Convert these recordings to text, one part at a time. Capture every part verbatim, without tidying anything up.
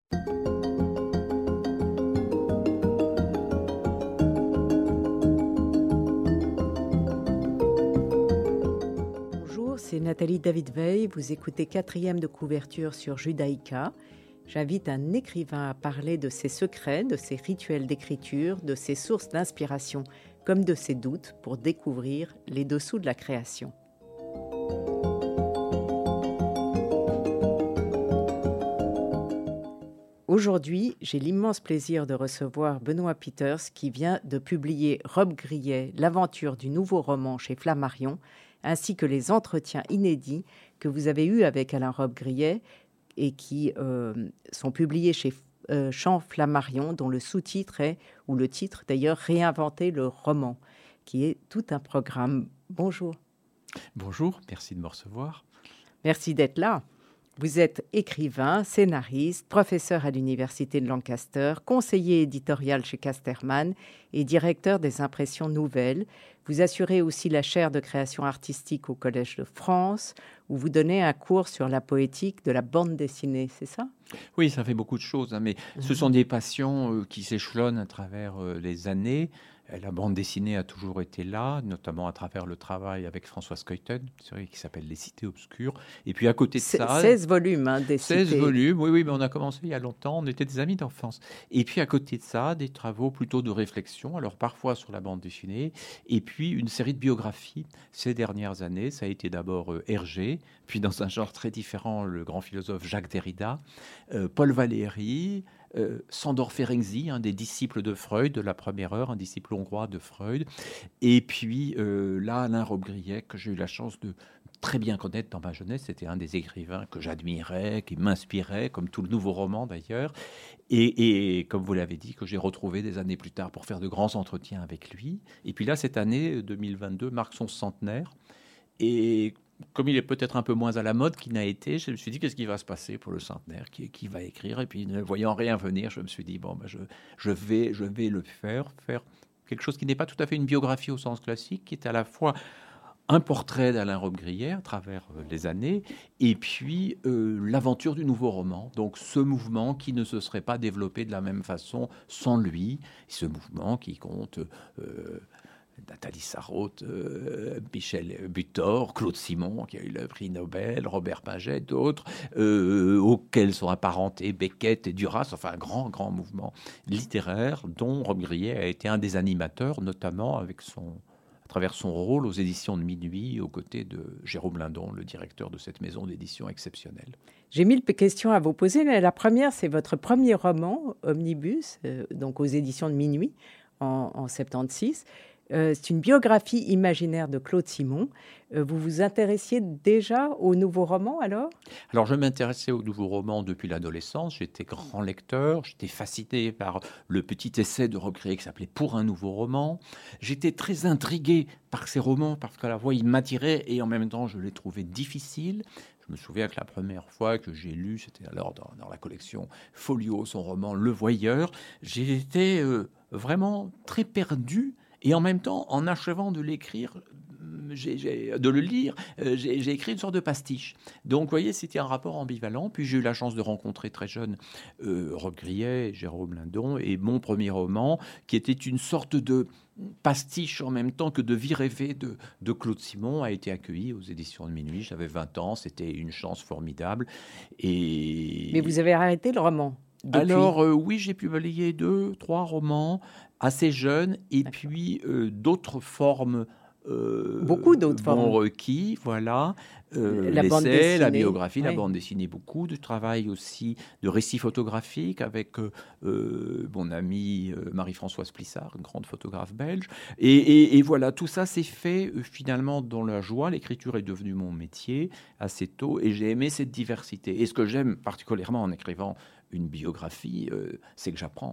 Bonjour, c'est Nathalie David-Veil. Vous écoutez quatrième de couverture sur Judaïka. J'invite un écrivain à parler de ses secrets, de ses rituels d'écriture, de ses sources d'inspiration, comme de ses doutes, pour découvrir les dessous de la création. Aujourd'hui, j'ai l'immense plaisir de recevoir Benoît Peters qui vient de publier Robe Grillet, l'aventure du nouveau roman chez Flammarion, ainsi que les entretiens inédits que vous avez eus avec Alain Robbe-Grillet et qui euh, sont publiés chez euh, Champ Flammarion, dont le sous-titre est, ou le titre d'ailleurs, Réinventer le roman, qui est tout un programme. Bonjour. Bonjour, merci de me recevoir. Merci d'être là. Vous êtes écrivain, scénariste, professeur à l'Université de Lancaster, conseiller éditorial chez Casterman et directeur des impressions nouvelles. Vous assurez aussi la chaire de création artistique au Collège de France, où vous donnez un cours sur la poétique de la bande dessinée, c'est ça ? Oui, ça fait beaucoup de choses, hein, mais mmh. ce sont des passions euh, qui s'échelonnent à travers euh, les années. La bande dessinée a toujours été là, notamment à travers le travail avec Françoise Cuyten, qui s'appelle Les Cités Obscures. Et puis à côté de ça... seize volumes, hein, des seize cités. volumes, oui, oui, mais on a commencé il y a longtemps, on était des amis d'enfance. Et puis à côté de ça, des travaux plutôt de réflexion, alors parfois sur la bande dessinée, et puis une série de biographies ces dernières années. Ça a été d'abord euh, Hergé, puis dans un genre très différent, le grand philosophe Jacques Derrida, euh, Paul Valéry, Euh, Sándor Ferenczi, un des disciples de Freud, de la première heure, un disciple hongrois de Freud, et puis euh, là, Alain Robbe-Grillet, que j'ai eu la chance de très bien connaître dans ma jeunesse. C'était un des écrivains que j'admirais, qui m'inspirait, comme tout le nouveau roman d'ailleurs, et, et comme vous l'avez dit, que j'ai retrouvé des années plus tard pour faire de grands entretiens avec lui. Et puis là, cette année deux mille vingt-deux marque son centenaire, et comme il est peut-être un peu moins à la mode qu'il n'a été, je me suis dit, qu'est-ce qui va se passer pour le centenaire, qui, qui va écrire? Et puis, ne voyant rien venir, je me suis dit, bon, ben, je, je, vais, je vais le faire, faire quelque chose qui n'est pas tout à fait une biographie au sens classique, qui est à la fois un portrait d'Alain Robbe-Grillet à travers euh, les années, et puis euh, l'aventure du nouveau roman. Donc, ce mouvement qui ne se serait pas développé de la même façon sans lui, ce mouvement qui compte... Euh, Nathalie Sarraute, euh, Michel Butor, Claude Simon, qui a eu le prix Nobel, Robert Pinget, d'autres, euh, auxquels sont apparentés Beckett et Duras, enfin un grand, grand mouvement littéraire dont Robbe-Grillet a été un des animateurs, notamment avec son, à travers son rôle aux éditions de Minuit, aux côtés de Jérôme Lindon, le directeur de cette maison d'édition exceptionnelle. J'ai mille questions à vous poser. La première, c'est votre premier roman, Omnibus, euh, donc aux éditions de Minuit, en, en soixante-seize. Euh, c'est une biographie imaginaire de Claude Simon. Euh, vous vous intéressiez déjà au nouveau roman, alors ? Alors, je m'intéressais au nouveau roman depuis l'adolescence. J'étais grand lecteur. J'étais fasciné par le petit essai de Robbe-Grillet qui s'appelait « Pour un nouveau roman ». J'étais très intrigué par ces romans parce qu'à la fois, ils m'attiraient et en même temps, je les trouvais difficiles. Je me souviens que la première fois que j'ai lu, c'était alors dans, dans la collection Folio, son roman « Le Voyeur ». J'étais euh, vraiment très perdu. Et en même temps, en achevant de l'écrire, j'ai, j'ai, de le lire, euh, j'ai, j'ai écrit une sorte de pastiche. Donc, vous voyez, c'était un rapport ambivalent. Puis, j'ai eu la chance de rencontrer très jeune euh, Robbe-Grillet, Jérôme Lindon, et mon premier roman, qui était une sorte de pastiche en même temps que de vie rêvée de, de Claude Simon, a été accueilli aux éditions de Minuit. J'avais vingt ans, c'était une chance formidable. Et... Mais vous avez arrêté le roman depuis. Alors, euh, oui, j'ai publié deux, trois romans assez jeunes, et D'accord. puis euh, d'autres formes. Euh, beaucoup d'autres bon formes. requis, voilà. Euh, la l'essai, bande dessinée, la biographie, oui. la bande dessinée, beaucoup de travail aussi de récits photographiques avec euh, euh, mon amie euh, Marie-Françoise Plissard, une grande photographe belge. Et, et, et voilà, tout ça s'est fait euh, finalement dans la joie. L'écriture est devenue mon métier assez tôt et j'ai aimé cette diversité. Et ce que j'aime particulièrement en écrivant une biographie, euh, c'est que j'apprends.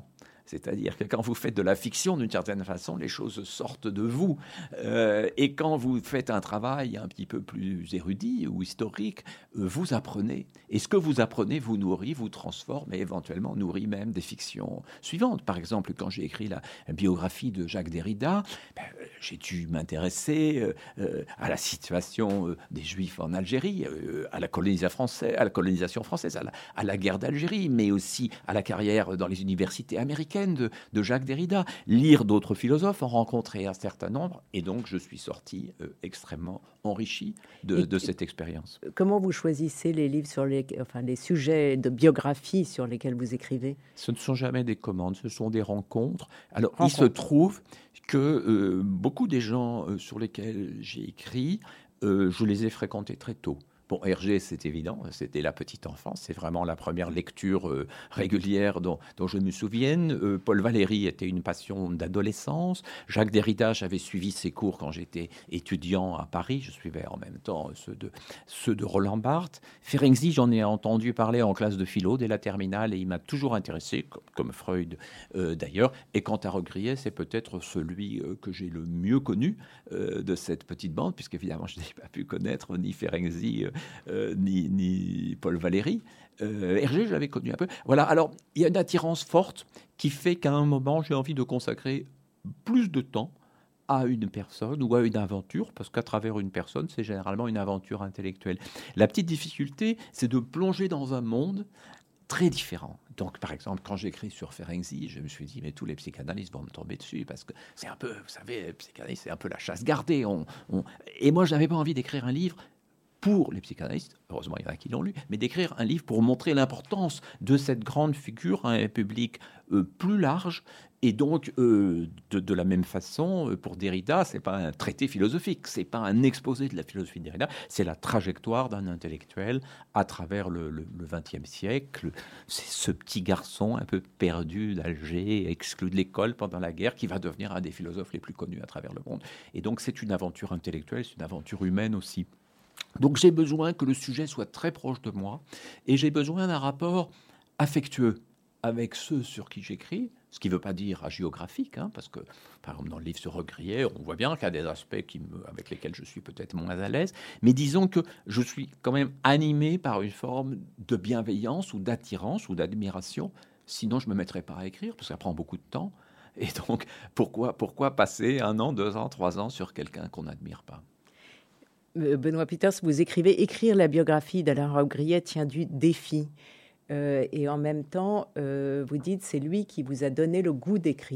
C'est-à-dire que quand vous faites de la fiction, d'une certaine façon, les choses sortent de vous. Euh, et quand vous faites un travail un petit peu plus érudit ou historique, euh, vous apprenez. Et ce que vous apprenez vous nourrit, vous transforme et éventuellement nourrit même des fictions suivantes. Par exemple, quand j'ai écrit la biographie de Jacques Derrida, ben, j'ai dû m'intéresser euh, euh, à la situation euh, des Juifs en Algérie, euh, à, la colonisation française, à la colonisation française, à la, à la guerre d'Algérie, mais aussi à la carrière dans les universités américaines de, de Jacques Derrida. Lire d'autres philosophes, en rencontrer un certain nombre, et donc je suis sorti euh, extrêmement enrichi de, de cette expérience. Comment vous choisissez les livres sur les, enfin, les sujets de biographie sur lesquels vous écrivez? Ce ne sont jamais des commandes, ce sont des rencontres. Alors, Rencontre. Il se trouve que euh, beaucoup des gens euh, sur lesquels j'ai écrit, euh, je les ai fréquentés très tôt. Bon, Hergé, c'est évident, c'était la petite enfance, c'est vraiment la première lecture euh, régulière dont, dont je me souvienne. Euh, Paul Valéry était une passion d'adolescence. Jacques Derrida, j'avais suivi ses cours quand j'étais étudiant à Paris. Je suivais en même temps ceux de, ceux de Roland Barthes. Ferenczi, j'en ai entendu parler en classe de philo dès la terminale et il m'a toujours intéressé, comme, comme Freud euh, d'ailleurs. Et quant à Rob Grillet, c'est peut-être celui euh, que j'ai le mieux connu euh, de cette petite bande, puisqu'évidemment, je n'ai pas pu connaître ni Ferenczi, euh, Euh, ni, ni Paul Valéry. Euh, Hergé, je l'avais connu un peu. Voilà, alors il y a une attirance forte qui fait qu'à un moment, j'ai envie de consacrer plus de temps à une personne ou à une aventure, parce qu'à travers une personne, c'est généralement une aventure intellectuelle. La petite difficulté, c'est de plonger dans un monde très différent. Donc, par exemple, quand j'écris sur Ferenczi, je me suis dit, mais tous les psychanalystes vont me tomber dessus, parce que c'est un peu, vous savez, psychanalyste, c'est un peu la chasse gardée. On, on... Et moi, je n'avais pas envie d'écrire un livre pour les psychanalystes, heureusement il y en a qui l'ont lu, mais d'écrire un livre pour montrer l'importance de cette grande figure à un public euh, plus large. Et donc, euh, de, de la même façon, pour Derrida, ce n'est pas un traité philosophique, ce n'est pas un exposé de la philosophie de Derrida, c'est la trajectoire d'un intellectuel à travers le, le, le vingtième siècle. C'est ce petit garçon un peu perdu d'Alger, exclu de l'école pendant la guerre, qui va devenir un des philosophes les plus connus à travers le monde. Et donc, c'est une aventure intellectuelle, c'est une aventure humaine aussi. Donc j'ai besoin que le sujet soit très proche de moi et j'ai besoin d'un rapport affectueux avec ceux sur qui j'écris, ce qui ne veut pas dire hagiographique, hein, parce que, par exemple, dans le livre sur Rob Grillet, on voit bien qu'il y a des aspects qui me, avec lesquels je suis peut-être moins à l'aise, mais disons que je suis quand même animé par une forme de bienveillance ou d'attirance ou d'admiration, sinon je ne me mettrais pas à écrire, parce que ça prend beaucoup de temps, et donc pourquoi, pourquoi passer un an, deux ans, trois ans sur quelqu'un qu'on n'admire pas ? Benoît Peeters, vous écrivez « Écrire la biographie d'Alain Robbe-Grillet tient du défi euh, ». Et en même temps, euh, vous dites « c'est lui qui vous a donné le goût d'écrire ».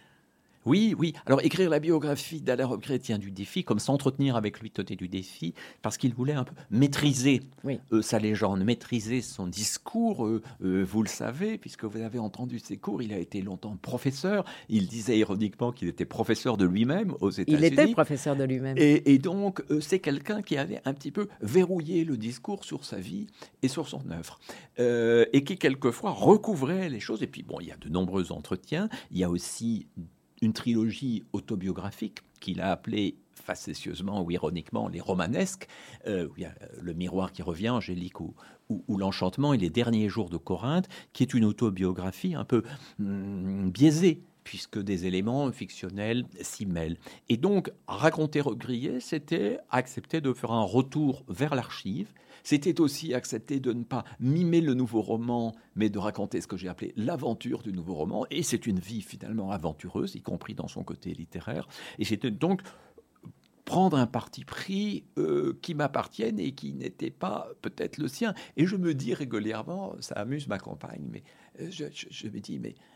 Oui, oui. Alors, écrire la biographie d'Alain Robbe-Grillet tient du défi, comme s'entretenir avec lui tenait du défi, parce qu'il voulait un peu maîtriser oui. euh, sa légende, maîtriser son discours. Euh, euh, vous le savez, puisque vous avez entendu ses cours, il a été longtemps professeur. Il disait ironiquement qu'il était professeur de lui-même aux États-Unis. Il était professeur de lui-même. Et, et donc, euh, c'est quelqu'un qui avait un petit peu verrouillé le discours sur sa vie et sur son œuvre, euh, et qui quelquefois recouvrait les choses. Et puis, bon, il y a de nombreux entretiens. Il y a aussi une trilogie autobiographique qu'il a appelée facétieusement ou ironiquement les romanesques, euh, où il y a le miroir qui revient, Angélique ou, ou, ou l'enchantement et les derniers jours de Corinthe, qui est une autobiographie un peu hum, biaisée, puisque des éléments fictionnels s'y mêlent. Et donc, raconter Rob Grillet, c'était accepter de faire un retour vers l'archive. C'était aussi accepter de ne pas mimer le nouveau roman, mais de raconter ce que j'ai appelé l'aventure du nouveau roman. Et c'est une vie finalement aventureuse, y compris dans son côté littéraire. Et c'était donc prendre un parti pris euh, qui m'appartienne et qui n'était pas peut-être le sien. Et je me dis régulièrement, ça amuse ma compagne, mais je, je, je me dis, mais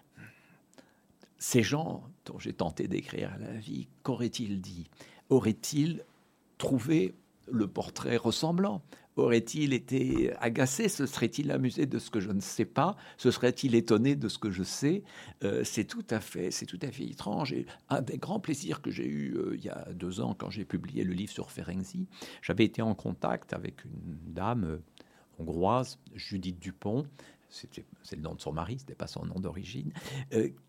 ces gens dont j'ai tenté d'écrire la vie, qu'auraient-ils dit ? Auraient-ils trouvé le portrait ressemblant ? Aurait-il été agacé ? Se serait-il amusé de ce que je ne sais pas ? Se serait-il étonné de ce que je sais ? euh, C'est tout à fait, c'est tout à fait étrange. Et un des grands plaisirs que j'ai eu euh, il y a deux ans, quand j'ai publié le livre sur Ferenczi, j'avais été en contact avec une dame euh, hongroise, Judith Dupont. C'était, c'est le nom de son mari, ce n'était pas son nom d'origine, euh,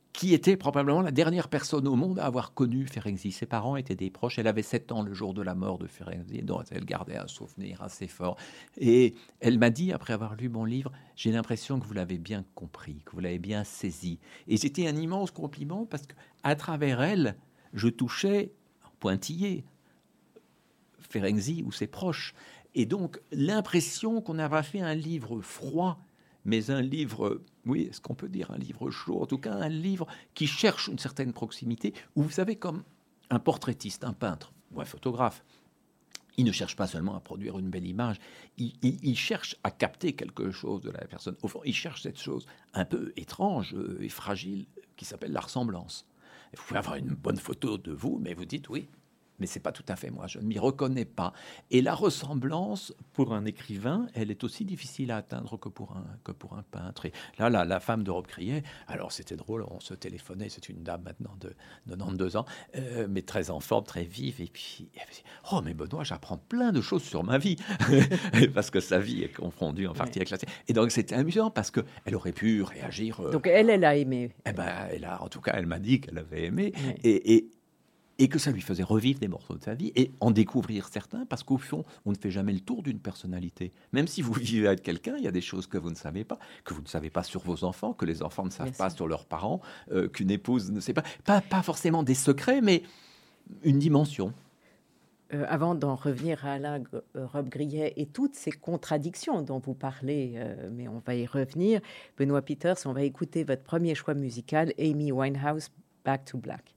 qui était probablement la dernière personne au monde à avoir connu Ferenczi. Ses parents étaient des proches. Elle avait sept ans le jour de la mort de Ferenczi, dont elle gardait un souvenir assez fort. Et elle m'a dit, après avoir lu mon livre, j'ai l'impression que vous l'avez bien compris, que vous l'avez bien saisi. Et c'était un immense compliment parce qu'à travers elle, je touchais, en pointillé, Ferenczi ou ses proches. Et donc, l'impression qu'on avait fait un livre froid, mais un livre, oui, est-ce qu'on peut dire un livre chaud? En tout cas, un livre qui cherche une certaine proximité, où vous savez, comme un portraitiste, un peintre ou un photographe, il ne cherche pas seulement à produire une belle image, il, il, il cherche à capter quelque chose de la personne. Au fond, il cherche cette chose un peu étrange et fragile qui s'appelle la ressemblance. Vous pouvez avoir une bonne photo de vous, mais vous dites oui, mais c'est pas tout à fait moi, je ne m'y reconnais pas. Et la ressemblance, pour un écrivain, elle est aussi difficile à atteindre que pour un, que pour un peintre. Et là, la, la femme de Rob Crier, alors c'était drôle, on se téléphonait, c'est une dame maintenant de quatre-vingt-douze ans, euh, mais très en forme, très vive, et puis, elle dit, oh mais Benoît, j'apprends plein de choses sur ma vie, parce que sa vie est confondue en partie avec la sienne. Et donc c'était amusant, parce qu'elle aurait pu réagir... Euh, donc elle, elle a aimé. Eh ben, elle a, en tout cas, elle m'a dit qu'elle avait aimé, Oui. et... et et que ça lui faisait revivre des morceaux de sa vie et en découvrir certains, parce qu'au fond, on ne fait jamais le tour d'une personnalité. Même si vous vivez avec quelqu'un, il y a des choses que vous ne savez pas, que vous ne savez pas sur vos enfants, que les enfants ne savent Bien pas sûr. sur leurs parents, euh, qu'une épouse ne sait pas. pas. Pas forcément des secrets, mais une dimension. Euh, avant d'en revenir à Alain euh, Robbe-Grillet et toutes ces contradictions dont vous parlez, euh, mais on va y revenir, Benoît Peeters, on va écouter votre premier choix musical, Amy Winehouse, Back to Black.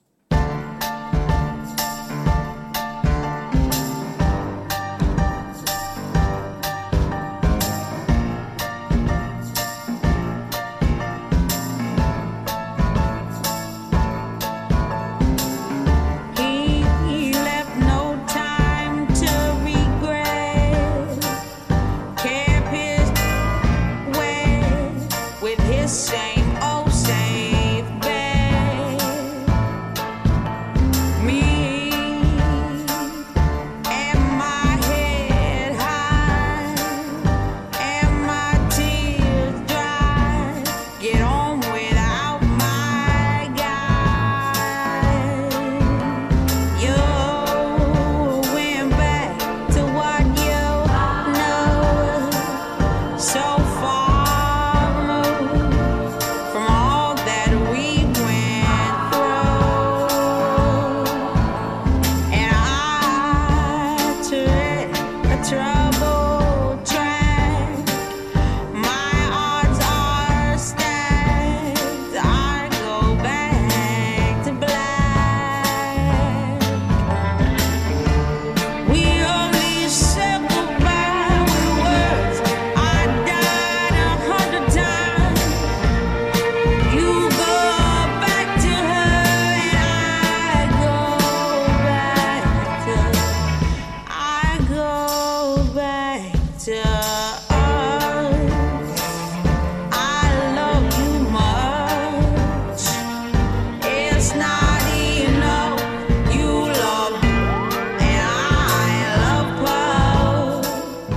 He left no time to regret. Kept his way with his same old safe bet. Me and my head high and my tears dry. Get on without my guy. You went back to what you know, so far removed from all that we went through. And I tread a troubled track. My odds are stacked. I go back to black. We only said goodbye with words. I died a hundred times. You go back to her, and I go back to. I go back to us. I love you much. It's not enough. You love and I love both.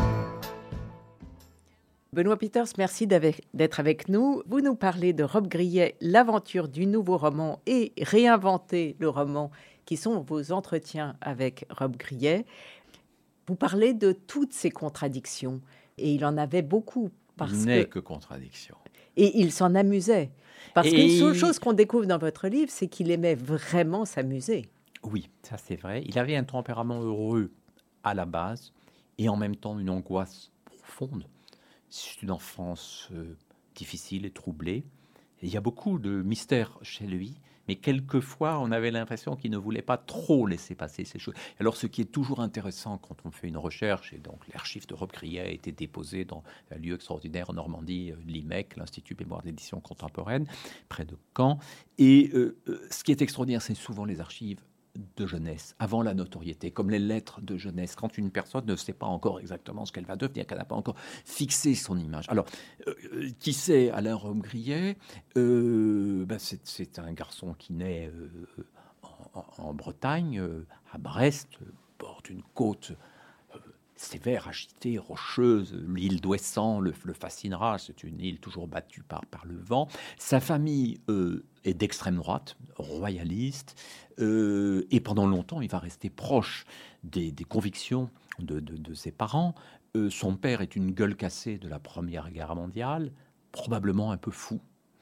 Benoît Peeters, merci d'ave- d'être avec nous. Vous nous parlez de Robbe-Grillet, l'aventure du nouveau roman et réinventer le roman, qui sont vos entretiens avec Robbe-Grillet. Vous parlez de toutes ces contradictions, et il en avait beaucoup, parce Il n'est que que contradiction. et il s'en amusait. Parce Et- qu'une seule chose qu'on découvre dans votre livre, c'est qu'il aimait vraiment s'amuser. Oui, ça c'est vrai. Il avait un tempérament heureux à la base et en même temps une angoisse profonde. C'est une enfance euh, difficile et troublée. Et il y a beaucoup de mystères chez lui, mais quelquefois on avait l'impression qu'il ne voulait pas trop laisser passer ces choses. Alors ce qui est toujours intéressant quand on fait une recherche, et donc l'archive de Robbe-Grillet a été déposé dans un lieu extraordinaire en Normandie, euh, l'I M E C, l'Institut Mémoire d'édition contemporaine, près de Caen. Et euh, euh, ce qui est extraordinaire, c'est souvent les archives de jeunesse, avant la notoriété, comme les lettres de jeunesse, quand une personne ne sait pas encore exactement ce qu'elle va devenir, qu'elle n'a pas encore fixé son image. Alors, euh, qui c'est Alain Robbe-Grillet euh, ben c'est, c'est un garçon qui naît euh, en, en Bretagne, euh, à Brest, euh, bord d'une côte euh, sévère, agitée, rocheuse. L'île d'Ouessant le, le fascinera, c'est une île toujours battue par, par le vent. Sa famille euh, est d'extrême droite, royaliste, euh, et pendant longtemps, il va rester proche des, des convictions de, de, de ses parents. Euh, son père est une gueule cassée de la Première Guerre mondiale, probablement un peu fou,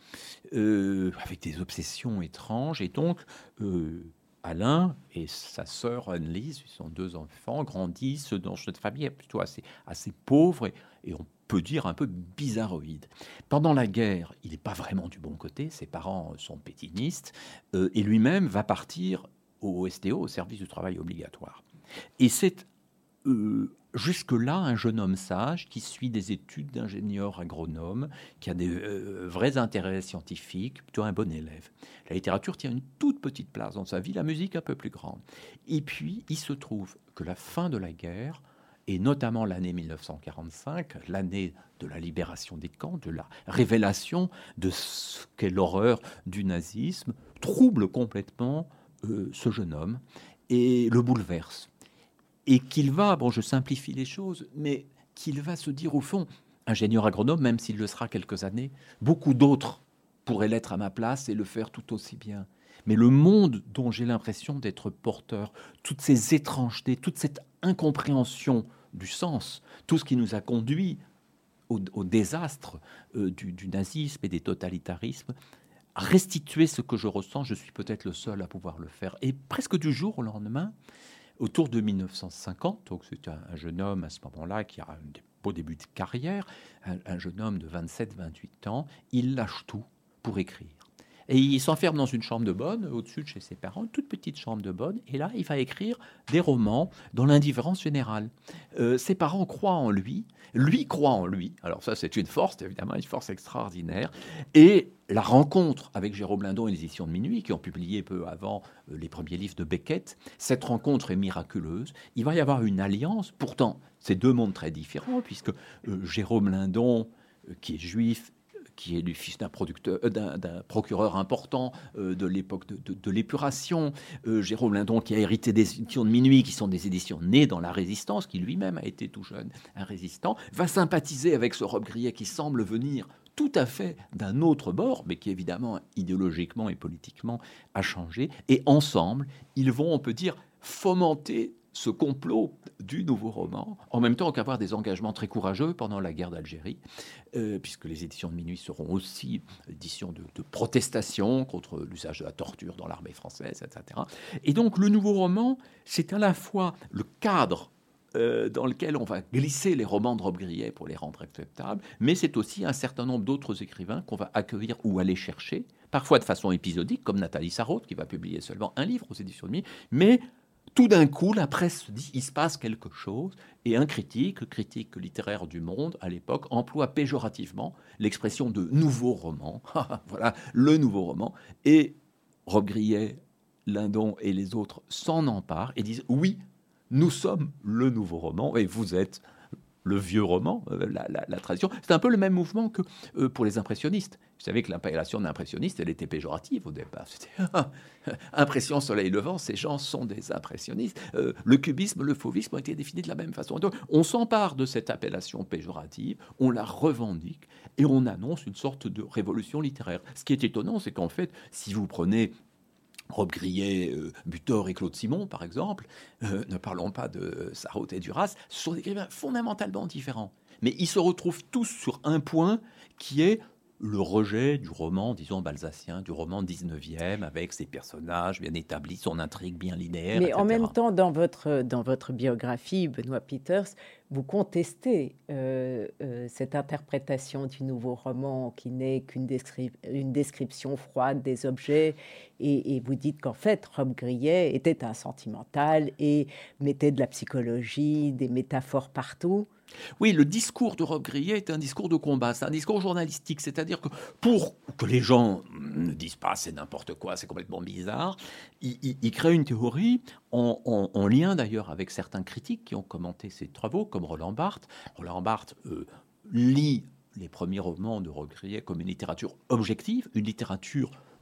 euh, avec des obsessions étranges, et donc... Euh, Alain et sa sœur Anne-Lise, ils sont deux enfants, grandissent dans cette famille plutôt assez, assez pauvre et, et on peut dire un peu bizarroïde. Pendant la guerre, il n'est pas vraiment du bon côté, ses parents sont pétinistes, euh, et lui-même va partir au S T O, au service du travail obligatoire. Et c'est euh, jusque-là un jeune homme sage qui suit des études d'ingénieur agronome, qui a des euh, vrais intérêts scientifiques, plutôt un bon élève. La littérature tient une toute petite place dans sa vie, la musique un peu plus grande. Et puis, il se trouve que la fin de la guerre, et notamment l'année mille neuf cent quarante-cinq, l'année de la libération des camps, de la révélation de ce qu'est l'horreur du nazisme, trouble complètement euh, ce jeune homme et le bouleverse. Et qu'il va, bon, je simplifie les choses, mais qu'il va se dire au fond, ingénieur agronome, même s'il le sera quelques années, beaucoup d'autres pourraient l'être à ma place et le faire tout aussi bien. Mais le monde dont j'ai l'impression d'être porteur, toutes ces étrangetés, toute cette incompréhension du sens, tout ce qui nous a conduit au, au désastre euh, du, du nazisme et des totalitarismes, restituer ce que je ressens, je suis peut-être le seul à pouvoir le faire. Et presque du jour au lendemain, autour de mille neuf cent cinquante, donc c'est un, un jeune homme à ce moment-là qui a un beau début de carrière, un, un jeune homme de vingt-sept vingt-huit ans, il lâche tout pour écrire. Et il s'enferme dans une chambre de bonne, au-dessus de chez ses parents, une toute petite chambre de bonne, et là, il va écrire des romans dans l'indifférence générale. Euh, ses parents croient en lui, lui croit en lui, alors ça c'est une force, évidemment, une force extraordinaire, et la rencontre avec Jérôme Lindon et les éditions de Minuit, qui ont publié peu avant euh, les premiers livres de Beckett, cette rencontre est miraculeuse, il va y avoir une alliance, pourtant c'est deux mondes très différents, puisque euh, Jérôme Lindon, euh, qui est juif, qui est du fils d'un producteur, euh, d'un, d'un procureur important euh, de l'époque de, de, de l'épuration. Euh, Jérôme Lindon, qui a hérité des éditions de Minuit, qui sont des éditions nées dans la résistance, qui lui-même a été tout jeune un résistant, va sympathiser avec ce Robbe-Grillet qui semble venir tout à fait d'un autre bord, mais qui évidemment idéologiquement et politiquement a changé. Et ensemble, ils vont, on peut dire, fomenter ce complot du nouveau roman, en même temps qu'avoir des engagements très courageux pendant la guerre d'Algérie, euh, puisque les éditions de Minuit seront aussi éditions de, de protestation contre l'usage de la torture dans l'armée française, et cetera. Et donc le nouveau roman, c'est à la fois le cadre euh, dans lequel on va glisser les romans de Robbe-Grillet pour les rendre acceptables, mais c'est aussi un certain nombre d'autres écrivains qu'on va accueillir ou aller chercher, parfois de façon épisodique, comme Nathalie Sarraute, qui va publier seulement un livre aux éditions de Minuit, mais tout d'un coup, la presse se dit il se passe quelque chose, et un critique, critique littéraire du Monde, à l'époque, emploie péjorativement l'expression de nouveau roman. Voilà, le nouveau roman. Et Robbe-Grillet, Lindon et les autres s'en emparent et disent oui, nous sommes le nouveau roman, et vous êtes le vieux roman, euh, la, la, la tradition. C'est un peu le même mouvement que euh, pour les impressionnistes. Vous savez que l'appellation d'impressionniste, elle était péjorative au départ. C'était impression, soleil levant, ces gens sont des impressionnistes. Euh, le cubisme, le fauvisme ont été définis de la même façon. Donc, on s'empare de cette appellation péjorative, on la revendique et on annonce une sorte de révolution littéraire. Ce qui est étonnant, c'est qu'en fait, si vous prenez Robbe-Grillet, euh, Butor et Claude Simon, par exemple, euh, ne parlons pas de Sarraute et Duras, ce sont des écrivains fondamentalement différents. Mais ils se retrouvent tous sur un point qui est le rejet du roman, disons, balzacien, du roman dix-neuvième, avec ses personnages bien établis, son intrigue bien linéaire, Mais et cetera. en même temps, dans votre, dans votre biographie, Benoît Peters, vous contestez euh, euh, cette interprétation du nouveau roman qui n'est qu'une descri- une description froide des objets, et, et vous dites qu'en fait, Robbe-Grillet était un sentimental et mettait de la psychologie, des métaphores partout. Oui, le discours de Robbe-Grillet est un discours de combat, c'est un discours journalistique, c'est-à-dire que pour que les gens ne disent pas c'est n'importe quoi, c'est complètement bizarre, il, il, il crée une théorie en, en, en lien d'ailleurs avec certains critiques qui ont commenté ses travaux, comme Roland Barthes. Roland Barthes euh, lit les premiers romans de Robbe-Grillet comme une littérature objective, une littérature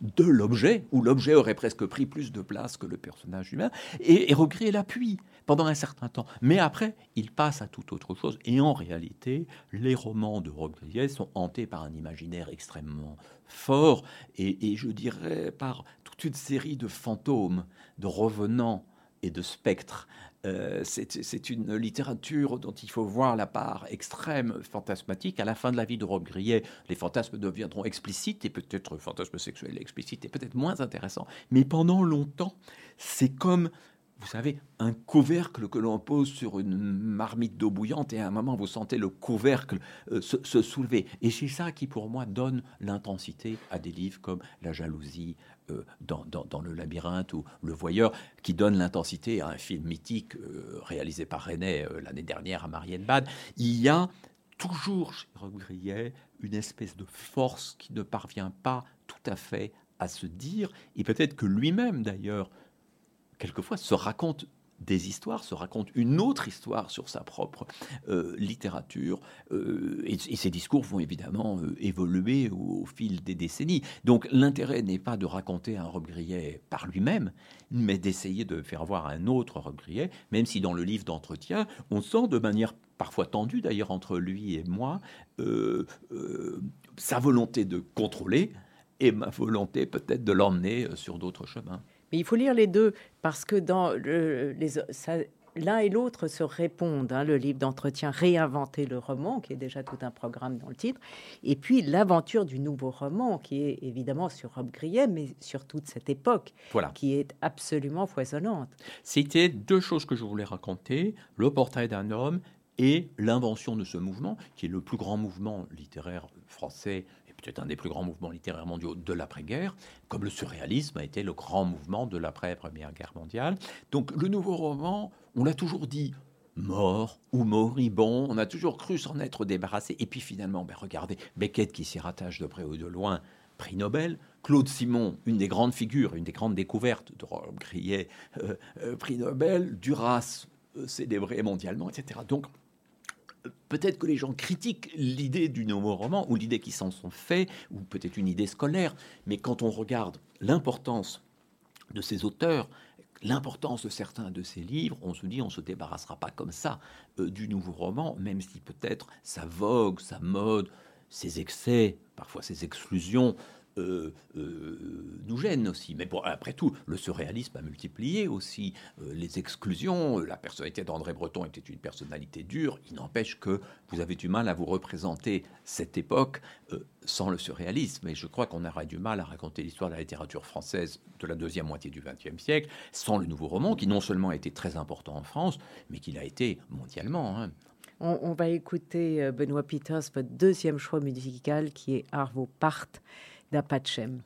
de l'objet, où l'objet aurait presque pris plus de place que le personnage humain, et, et Robbe-Grillet l'appuie pendant un certain temps. Mais après, il passe à toute autre chose, et en réalité, les romans de Robbe-Grillet sont hantés par un imaginaire extrêmement fort, et, et je dirais par toute une série de fantômes, de revenants et de spectres. Euh, c'est, c'est une littérature dont il faut voir la part extrême fantasmatique. À la fin de la vie de Robbe-Grillet, les fantasmes deviendront explicites, et peut-être fantasmes sexuels explicites, et peut-être moins intéressants. Mais pendant longtemps, c'est comme, vous savez, un couvercle que l'on pose sur une marmite d'eau bouillante, et à un moment, vous sentez le couvercle euh, se, se soulever. Et c'est ça qui, pour moi, donne l'intensité à des livres comme La jalousie, euh, dans, dans, dans Le labyrinthe, ou Le voyeur, qui donne l'intensité à un film mythique euh, réalisé par Resnais euh, l'année dernière à Marienbad. Il y a toujours chez Robbe-Grillet une espèce de force qui ne parvient pas tout à fait à se dire, et peut-être que lui-même, d'ailleurs, quelquefois, se raconte des histoires, se raconte une autre histoire sur sa propre euh, littérature. Euh, et, et ces discours vont évidemment euh, évoluer au, au fil des décennies. Donc l'intérêt n'est pas de raconter un Robbe-Grillet par lui-même, mais d'essayer de faire voir un autre Robbe-Grillet, même si dans le livre d'entretien, on sent de manière parfois tendue d'ailleurs entre lui et moi, euh, euh, sa volonté de contrôler et ma volonté peut-être de l'emmener sur d'autres chemins. Mais il faut lire les deux, parce que dans le, les, ça, l'un et l'autre se répondent. Hein, le livre d'entretien, Réinventer le roman, qui est déjà tout un programme dans le titre, et puis l'aventure du nouveau roman, qui est évidemment sur Robbe-Grillet, mais sur toute cette époque, voilà, qui est absolument foisonnante. C'était deux choses que je voulais raconter, le portrait d'un homme et l'invention de ce mouvement, qui est le plus grand mouvement littéraire français, peut-être un des plus grands mouvements littéraires mondiaux de l'après-guerre, comme le surréalisme a été le grand mouvement de l'après-première guerre mondiale. Donc le nouveau roman, on l'a toujours dit, mort ou moribond, on a toujours cru s'en être débarrassé, et puis finalement, ben regardez, Beckett qui s'y rattache de près ou de loin, prix Nobel, Claude Simon, une des grandes figures, une des grandes découvertes de Robbe-Grillet, euh, euh, prix Nobel, Duras, euh, célébré mondialement, et cetera. Donc, peut-être que les gens critiquent l'idée du nouveau roman, ou l'idée qu'ils s'en sont fait, ou peut-être une idée scolaire, mais quand on regarde l'importance de ces auteurs, l'importance de certains de ces livres, on se dit on ne se débarrassera pas comme ça euh, du nouveau roman, même si peut-être sa vogue, sa mode, ses excès, parfois ses exclusions, Euh, euh, nous gêne aussi. Mais bon, après tout, le surréalisme a multiplié aussi euh, les exclusions. La personnalité d'André Breton était une personnalité dure. Il n'empêche que vous avez du mal à vous représenter cette époque euh, sans le surréalisme. Et je crois qu'on aurait du mal à raconter l'histoire de la littérature française de la deuxième moitié du vingtième siècle sans le nouveau roman, qui non seulement a été très important en France, mais qui l'a été mondialement, hein. On, on va écouter euh, Benoît Peters, votre deuxième choix musical, qui est Arvo Part d'Apachem.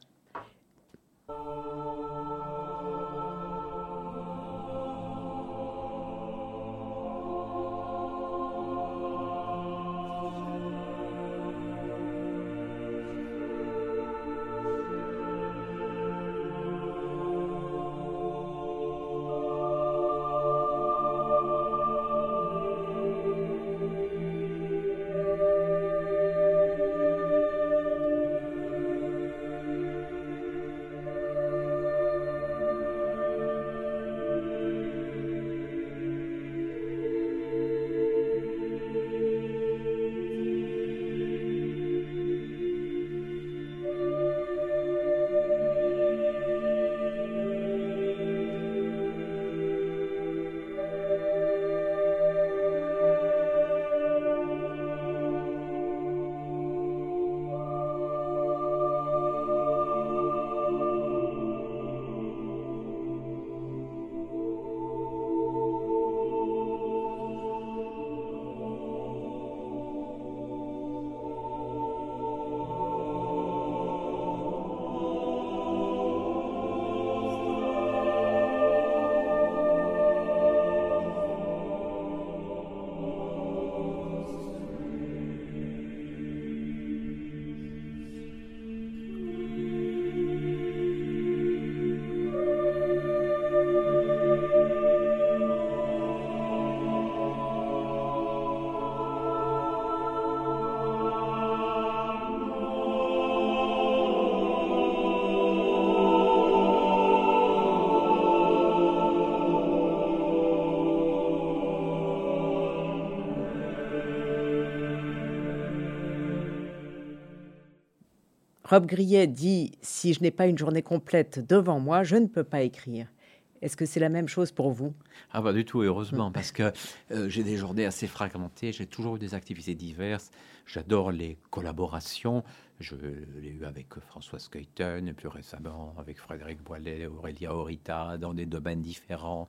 Rob Grillet dit « Si je n'ai pas une journée complète devant moi, je ne peux pas écrire ». Est-ce que c'est la même chose pour vous? Ah, pas du tout, heureusement, parce que euh, j'ai des journées assez fragmentées, j'ai toujours eu des activités diverses. J'adore les collaborations. Je l'ai eu avec François Skeuten, et plus récemment avec Frédéric Boilet, Aurélia Horita, dans des domaines différents.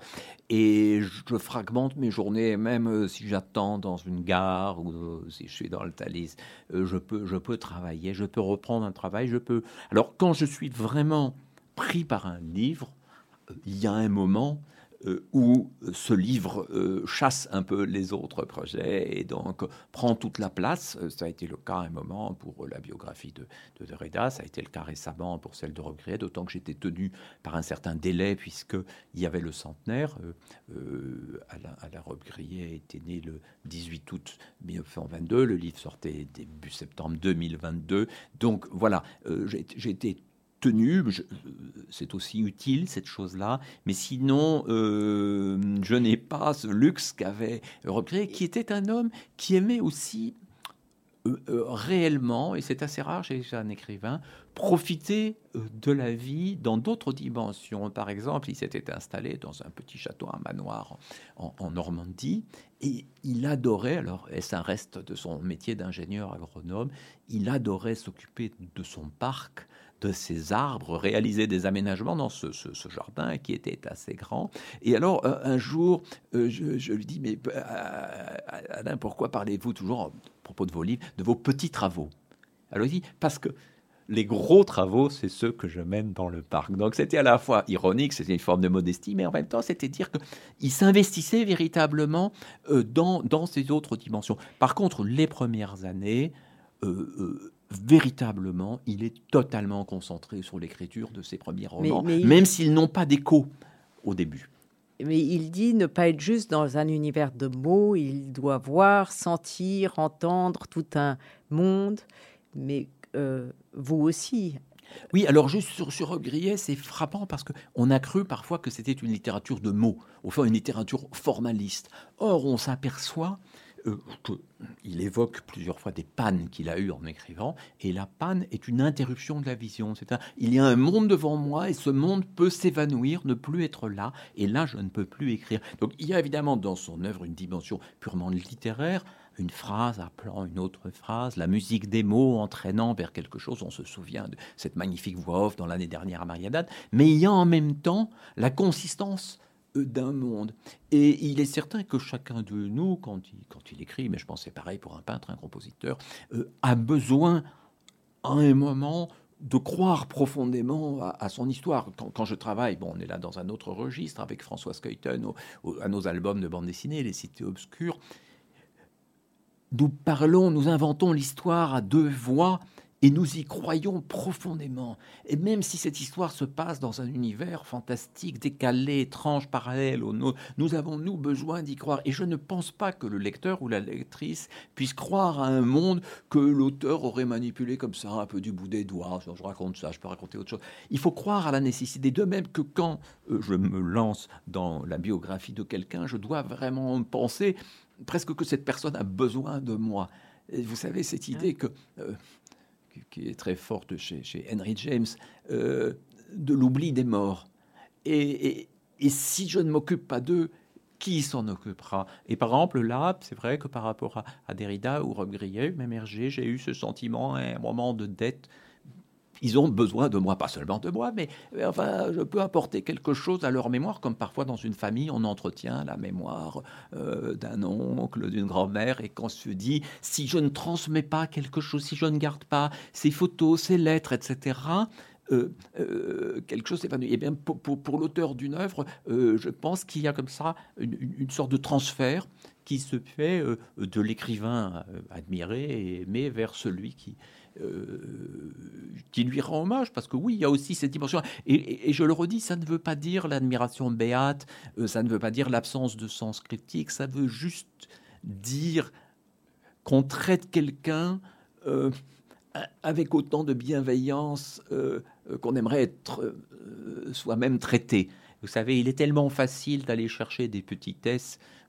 Et je fragmente mes journées, même euh, si j'attends dans une gare ou euh, si je suis dans le Thalys, euh, je peux, je peux travailler, je peux reprendre un travail, je peux. Alors, quand je suis vraiment pris par un livre, il y a un moment euh, où ce livre euh, chasse un peu les autres projets et donc euh, prend toute la place. Ça a été le cas à un moment pour la biographie de, de Derrida, ça a été le cas récemment pour celle de Rob Grillet, d'autant que j'étais tenu par un certain délai puisqu'il y avait le centenaire. Euh, euh, Alain, Alain Rob Grillet était né le dix-huit août mille neuf cent vingt-deux, le livre sortait début septembre deux mille vingt-deux. Donc voilà, euh, j'ai, j'ai été tenu, je, c'est aussi utile cette chose-là, mais sinon euh, je n'ai pas ce luxe qu'avait Rob Grillet, qui était un homme qui aimait aussi euh, euh, réellement, et c'est assez rare chez un écrivain, profiter euh, de la vie dans d'autres dimensions. Par exemple, il s'était installé dans un petit château, un manoir en, en Normandie, et il adorait, alors est-ce un reste de son métier d'ingénieur agronome, il adorait s'occuper de son parc, de ces arbres, réaliser des aménagements dans ce, ce, ce jardin qui était assez grand. Et alors, euh, un jour, euh, je, je lui dis, mais euh, Alain, pourquoi parlez-vous toujours, à propos de vos livres, de vos petits travaux? Alors il dit, parce que les gros travaux, c'est ceux que je mène dans le parc. Donc c'était à la fois ironique, c'était une forme de modestie, mais en même temps, c'était dire qu'il s'investissait véritablement euh, dans, dans ces autres dimensions. Par contre, les premières années, euh, euh, véritablement, il est totalement concentré sur l'écriture de ses premiers romans, Mais- mais il- même s'ils n'ont pas d'écho au début. Mais il dit ne pas être juste dans un univers de mots, il doit voir, sentir, entendre tout un monde, mais euh, vous aussi. Oui, alors juste sur, sur Rob Grillet, c'est frappant parce qu'on a cru parfois que c'était une littérature de mots, au fond une littérature formaliste. Or, on s'aperçoit euh, qu'il évoque plusieurs fois des pannes qu'il a eues en écrivant, et la panne est une interruption de la vision. C'est un, il y a un monde devant moi et ce monde peut s'évanouir, ne plus être là, et là je ne peux plus écrire. Donc il y a évidemment dans son œuvre une dimension purement littéraire, une phrase appelant une autre phrase, la musique des mots entraînant vers quelque chose. On se souvient de cette magnifique voix off dans l'année dernière à Mariadane, mais il y a en même temps la consistance d'un monde. Et il est certain que chacun de nous, quand il, quand il écrit, mais je pense que c'est pareil pour un peintre, un compositeur, euh, a besoin à un moment de croire profondément à, à son histoire. Quand, quand je travaille, bon, on est là dans un autre registre avec François Skeuten, au, au, à nos albums de bande dessinée, Les Cités Obscures, nous parlons, nous inventons l'histoire à deux voix et nous y croyons profondément. Et même si cette histoire se passe dans un univers fantastique, décalé, étrange, parallèle au nôtre, nous avons, nous, besoin d'y croire. Et je ne pense pas que le lecteur ou la lectrice puisse croire à un monde que l'auteur aurait manipulé comme ça, un peu du bout des doigts. Je raconte ça, je peux raconter autre chose. Il faut croire à la nécessité. De même que quand euh, je me lance dans la biographie de quelqu'un, je dois vraiment penser presque que cette personne a besoin de moi. Et vous savez, cette idée que... Euh, qui est très forte chez, chez Henry James, euh, de l'oubli des morts. Et, et, et si je ne m'occupe pas d'eux, qui s'en occupera? Et par exemple, là, c'est vrai que par rapport à, à Derrida ou Rob Grillet, même Hergé, j'ai eu ce sentiment, un moment de dette. Ils ont besoin de moi, pas seulement de moi, mais enfin, je peux apporter quelque chose à leur mémoire, comme parfois dans une famille, on entretient la mémoire euh, d'un oncle, d'une grand-mère, et qu'on se dit, si je ne transmets pas quelque chose, si je ne garde pas ces photos, ces lettres, et cetera, euh, euh, quelque chose s'évanouit. Eh bien, pour, pour, pour l'auteur d'une œuvre, euh, je pense qu'il y a comme ça une, une, une sorte de transfert qui se fait euh, de l'écrivain euh, admiré et aimé vers celui qui... Euh, qui lui rend hommage, parce que oui, il y a aussi cette dimension. Et, et, et je le redis, ça ne veut pas dire l'admiration béate, euh, ça ne veut pas dire l'absence de sens critique, ça veut juste dire qu'on traite quelqu'un euh, avec autant de bienveillance euh, qu'on aimerait être euh, soi-même traité. Vous savez, il est tellement facile d'aller chercher des petitesses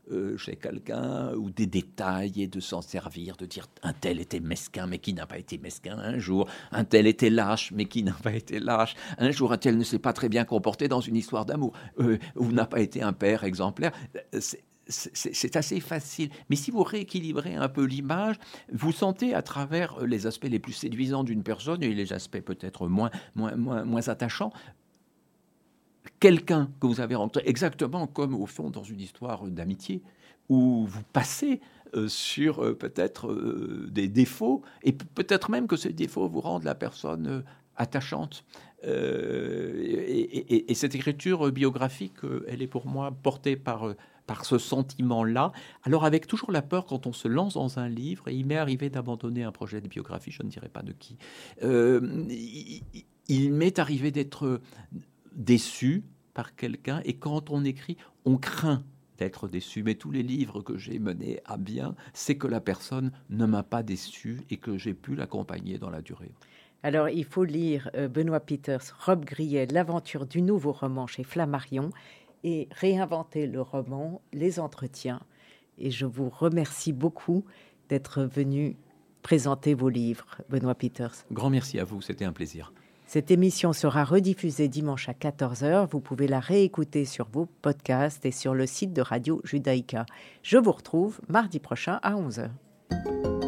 euh, chez quelqu'un, ou des détails, et de s'en servir, de dire un tel était mesquin, mais qui n'a pas été mesquin un jour, un tel était lâche, mais qui n'a pas été lâche, un jour un tel ne s'est pas très bien comporté dans une histoire d'amour, euh, ou n'a pas été un père exemplaire. C'est, c'est, c'est assez facile. Mais si vous rééquilibrez un peu l'image, vous sentez à travers les aspects les plus séduisants d'une personne et les aspects peut-être moins, moins, moins, moins attachants, quelqu'un que vous avez rencontré, exactement comme au fond dans une histoire d'amitié, où vous passez euh, sur euh, peut-être euh, des défauts, et p- peut-être même que ces défauts vous rendent la personne euh, attachante. Euh, et, et- et cette écriture biographique, euh, elle est pour moi portée par, euh, par ce sentiment-là. Alors avec toujours la peur quand on se lance dans un livre, et il m'est arrivé d'abandonner un projet de biographie, je ne dirais pas de qui, euh, il, il m'est arrivé d'être déçu par quelqu'un, et quand on écrit, on craint d'être déçu. Mais tous les livres que j'ai menés à bien, c'est que la personne ne m'a pas déçu et que j'ai pu l'accompagner dans la durée. Alors, il faut lire euh, Benoît Peters, Rob Grillet, l'aventure du nouveau roman chez Flammarion, et réinventer le roman, les entretiens. Et je vous remercie beaucoup d'être venu présenter vos livres, Benoît Peters. Grand merci à vous, c'était un plaisir. Cette émission sera rediffusée dimanche à quatorze heures. Vous pouvez la réécouter sur vos podcasts et sur le site de Radio Judaïka. Je vous retrouve mardi prochain à onze heures.